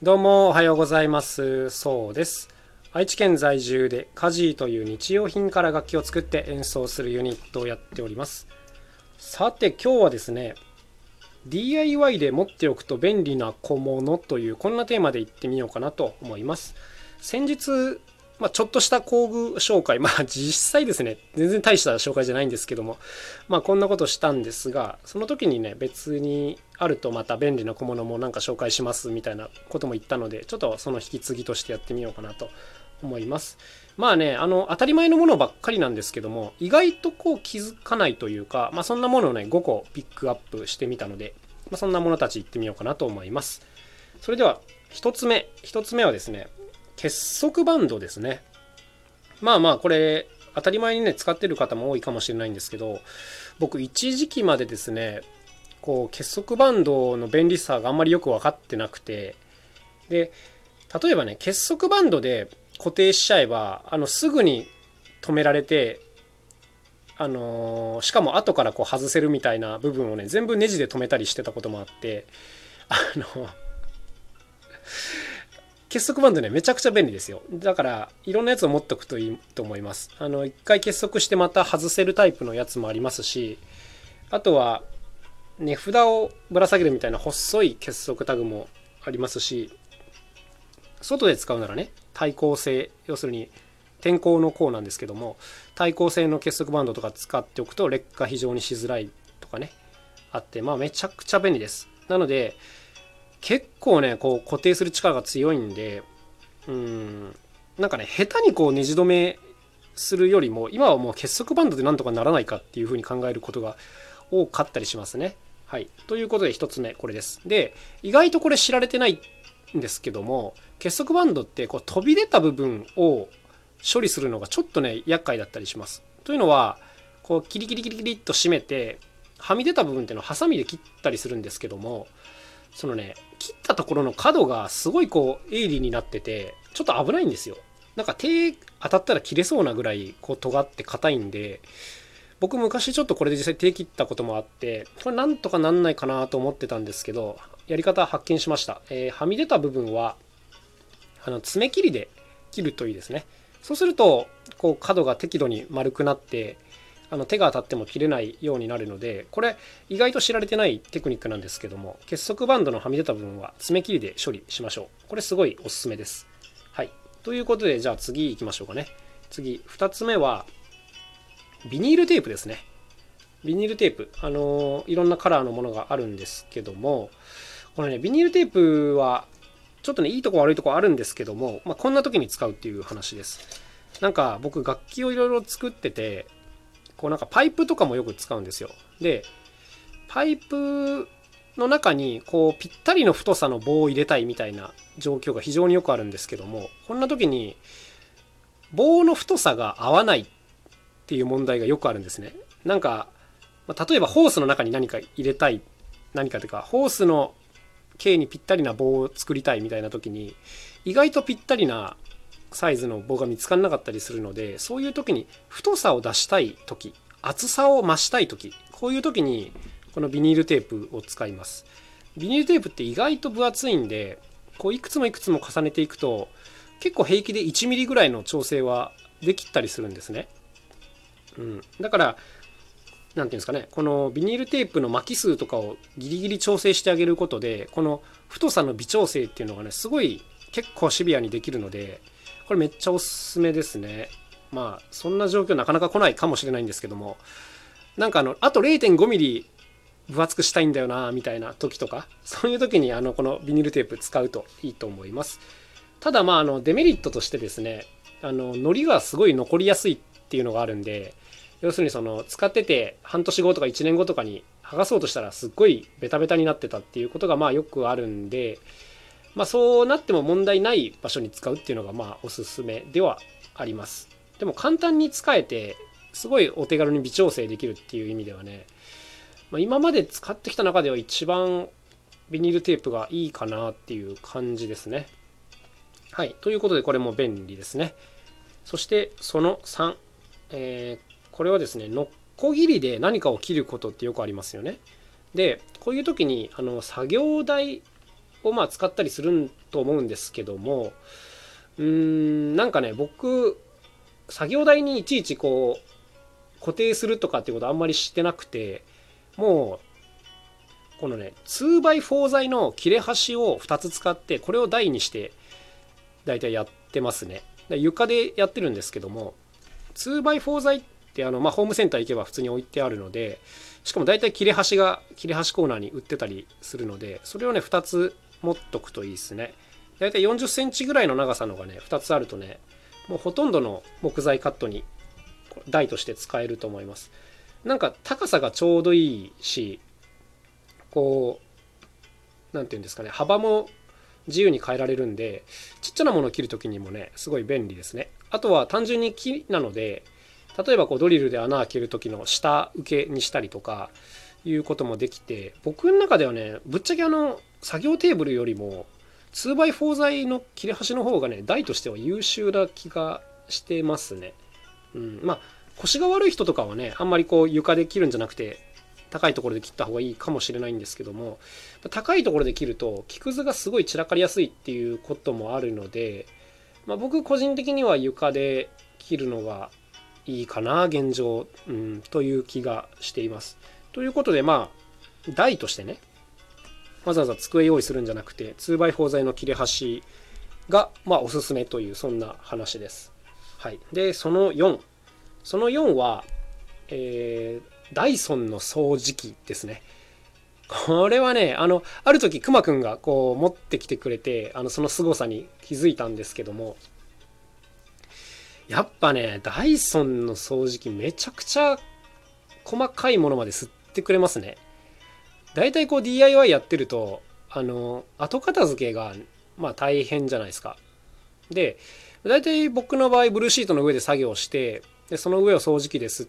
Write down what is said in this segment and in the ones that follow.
どうもおはようございます。そうです。愛知県在住でカジーという日用品から楽器を作って演奏するユニットをやっております。さて今日はですね、DIY で持っておくと便利な小物というこんなテーマでいってみようかなと思います。先日、ちょっとした工具紹介、実際ですね、全然大した紹介じゃないんですけども、こんなことしたんですが、その時にね、別にあるとまた便利な小物もなんか紹介しますみたいなことも言ったので、ちょっとその引き継ぎとしてやってみようかなと思います。当たり前のものばっかりなんですけども、意外とこう気づかないというか、そんなものをね、5個ピックアップしてみたので、そんなものたちいってみようかなと思います。それでは、1つ目はですね、結束バンドですね。これ、当たり前にね、使ってる方も多いかもしれないんですけど、僕一時期までですね、こう結束バンドの便利さがあんまりよく分かってなくて、で、例えばね、結束バンドで固定しちゃえば、すぐに止められて、しかも後からこう外せるみたいな部分をね、全部ネジで止めたりしてたこともあって、あの、結束バンドね、めちゃくちゃ便利ですよ。だから、いろんなやつを持っておくといいと思います。一回結束してまた外せるタイプのやつもありますし、あとは、値札をぶら下げるみたいな細い結束タグもありますし、外で使うならね、耐候性、要するに天候の候なんですけども、耐候性の結束バンドとか使っておくと劣化非常にしづらいとかね、あって、めちゃくちゃ便利です。なので、結構ね、こう固定する力が強いんで、なんかね、下手にこうネジ止めするよりも、今はもう結束バンドでなんとかならないかっていうふうに考えることが多かったりしますね。はい。ということで一つ目、これです。で、意外とこれ知られてないんですけども、結束バンドってこう飛び出た部分を処理するのがちょっとね、厄介だったりします。というのは、こうキリキリキリキリっと締めて、はみ出た部分っていうのをハサミで切ったりするんですけども、そのね、切ったところの角がすごいこう鋭利になってて、ちょっと危ないんですよ。なんか手当たったら切れそうなぐらいこう尖って硬いんで、僕昔ちょっとこれで実際手切ったこともあって、これなんとかなんないかなと思ってたんですけど、やり方発見しました。はみ出た部分は、爪切りで切るといいですね。そうすると、こう角が適度に丸くなって、手が当たっても切れないようになるので、これ意外と知られてないテクニックなんですけども、結束バンドのはみ出た部分は爪切りで処理しましょう。これすごいおすすめです。はい。ということで、じゃあ次行きましょうかね。次、2つ目は、ビニールテープですね。ビニールテープ。いろんなカラーのものがあるんですけども、このね、ビニールテープは、ちょっとね、いいとこ悪いとこあるんですけども、こんな時に使うっていう話です。なんか僕楽器をいろいろ作ってて、こうなんかパイプとかもよく使うんですよ。で、パイプの中にこうぴったりの太さの棒を入れたいみたいな状況が非常によくあるんですけども、こんな時に棒の太さが合わないっていう問題がよくあるんですね。なんか、例えばホースの中に何か入れたい、何かというか、ホースの径にぴったりな棒を作りたいみたいな時に、意外とぴったりなサイズの棒が見つからなかったりするので、そういう時に太さを出したい時、厚さを増したい時、こういう時にこのビニールテープを使います。ビニールテープって意外と分厚いんで、こういくつもいくつも重ねていくと、結構平気で1ミリぐらいの調整はできたりするんですね。だから、なんていうんですかね、このビニールテープの巻き数とかをギリギリ調整してあげることで、この太さの微調整っていうのがね、すごい結構シビアにできるので、これめっちゃおすすめですね。そんな状況なかなか来ないかもしれないんですけども、なんかあと0.5ミリ分厚くしたいんだよな、みたいな時とか、そういう時にこのビニールテープ使うといいと思います。ただデメリットとしてですね、糊がすごい残りやすいっていうのがあるんで、要するにその使ってて半年後とか1年後とかに剥がそうとしたらすっごいベタベタになってたっていうことがよくあるんで、そうなっても問題ない場所に使うっていうのがおすすめではあります。でも簡単に使えてすごいお手軽に微調整できるっていう意味ではね、今まで使ってきた中では一番ビニールテープがいいかなっていう感じですね。はい。ということでこれも便利ですね。そしてその3、これはですね、ノッコギリで何かを切ることってよくありますよね。で、こういう時に作業台をまあ使ったりすると思うんですけども、なんかね、僕作業台にいちいちこう固定するとかっていうことあんまりしてなくて、もうこのね 2x4 材の切れ端を2つ使ってこれを台にしてだいたいやってますね。床でやってるんですけども、 2x4 材ってホームセンター行けば普通に置いてあるので、しかもだいたい切れ端コーナーに売ってたりするので、それをね2つ持っとくといいですね。だいたい40センチぐらいの長さのがね2つあるとね、もうほとんどの木材カットに台として使えると思います。なんか高さがちょうどいいし、こうなんていうんですかね、幅も自由に変えられるんで、ちっちゃなものを切るときにもねすごい便利ですね。あとは単純に木なので、例えばこうドリルで穴開ける時の下請けにしたりとかいうこともできて、僕の中ではねぶっちゃけ作業テーブルよりも 2x4 材の切れ端の方がね台としては優秀な気がしてますね。まあ腰が悪い人とかはねあんまりこう床で切るんじゃなくて高いところで切った方がいいかもしれないんですけども、高いところで切ると木くずがすごい散らかりやすいっていうこともあるので、僕個人的には床で切るのがいいかな現状、という気がしています。ということで台としてねわざわざ机用意するんじゃなくて 2x4 材の切れ端がおすすめというそんな話です。はい、でその4は、ダイソンの掃除機ですね。これはねある時くまくんがこう持ってきてくれてその凄さに気づいたんですけども、やっぱねダイソンの掃除機めちゃくちゃ細かいものまで吸ってくれますね。だいたいこう DIY やってると後片付けが大変じゃないですか。でだいたい僕の場合ブルーシートの上で作業して、でその上を掃除機で吸って、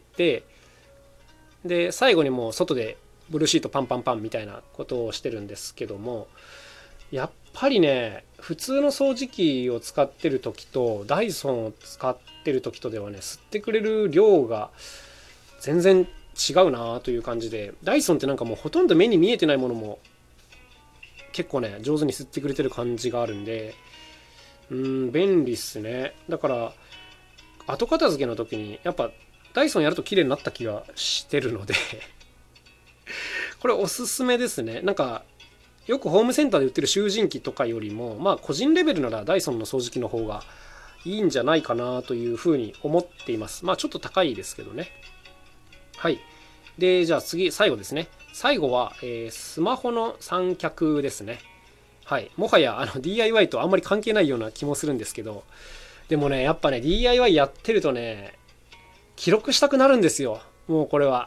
で最後にもう外でブルーシートパンパンパンみたいなことをしてるんですけども、やっぱりね普通の掃除機を使ってる時とダイソンを使ってる時とではね吸ってくれる量が全然違うなという感じで、ダイソンってなんかもうほとんど目に見えてないものも結構ね上手に吸ってくれてる感じがあるんで、便利っすね。だから後片付けの時にやっぱダイソンやると綺麗になった気がしてるのでこれおすすめですね。なんかよくホームセンターで売ってる集塵機とかよりも個人レベルならダイソンの掃除機の方がいいんじゃないかなというふうに思っています。ちょっと高いですけどね。はい。でじゃあ最後ですね。最後は、スマホの三脚ですね。はい。もはやDIY とあんまり関係ないような気もするんですけど、でもねやっぱね DIY やってるとね記録したくなるんですよ。もうこれは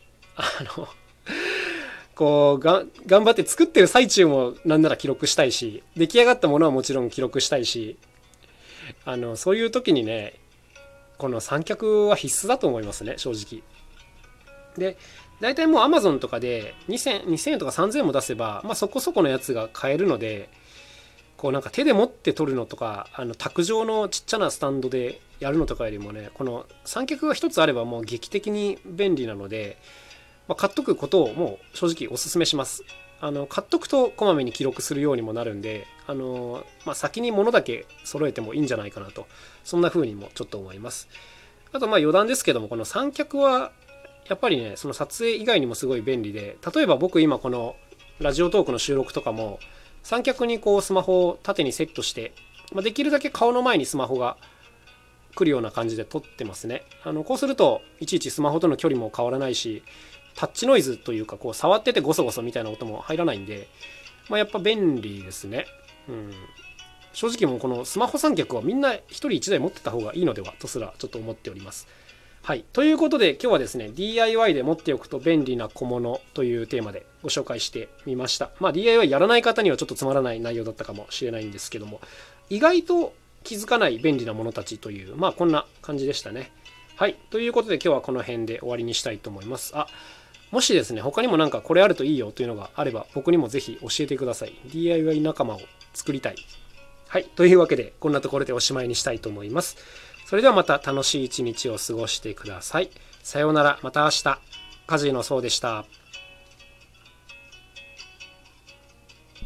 こう頑張って作ってる最中もなんなら記録したいし、出来上がったものはもちろん記録したいし、そういう時にねこの三脚は必須だと思いますね、正直。で大体もう Amazon とかで2000円とか3000円も出せば、そこそこのやつが買えるので、こうなんか手で持って取るのとか卓上のちっちゃなスタンドでやるのとかよりもね、この三脚が一つあればもう劇的に便利なので、買っとくことをもう正直おすすめします。買っとくとこまめに記録するようにもなるんで、先に物だけ揃えてもいいんじゃないかなと、そんな風にもちょっと思います。あと余談ですけども、この三脚はやっぱりねその撮影以外にもすごい便利で、例えば僕今このラジオトークの収録とかも三脚にこうスマホを縦にセットして、できるだけ顔の前にスマホが来るような感じで撮ってますね。こうするといちいちスマホとの距離も変わらないし、タッチノイズというかこう触っててゴソゴソみたいな音も入らないんで、やっぱ便利ですね。正直もうこのスマホ三脚はみんな一人一台持ってた方がいいのではとすらちょっと思っております。はい。ということで今日はですね DIY で持っておくと便利な小物というテーマでご紹介してみました。DIY やらない方にはちょっとつまらない内容だったかもしれないんですけども、意外と気づかない便利なものたちというこんな感じでしたね。はい。ということで今日はこの辺で終わりにしたいと思います。もしですね他にもなんかこれあるといいよというのがあれば僕にもぜひ教えてください。 DIY 仲間を作りたい。はい。というわけでこんなところでおしまいにしたいと思います。それではまた楽しい一日を過ごしてください。さようなら。また明日。カジノそうでした。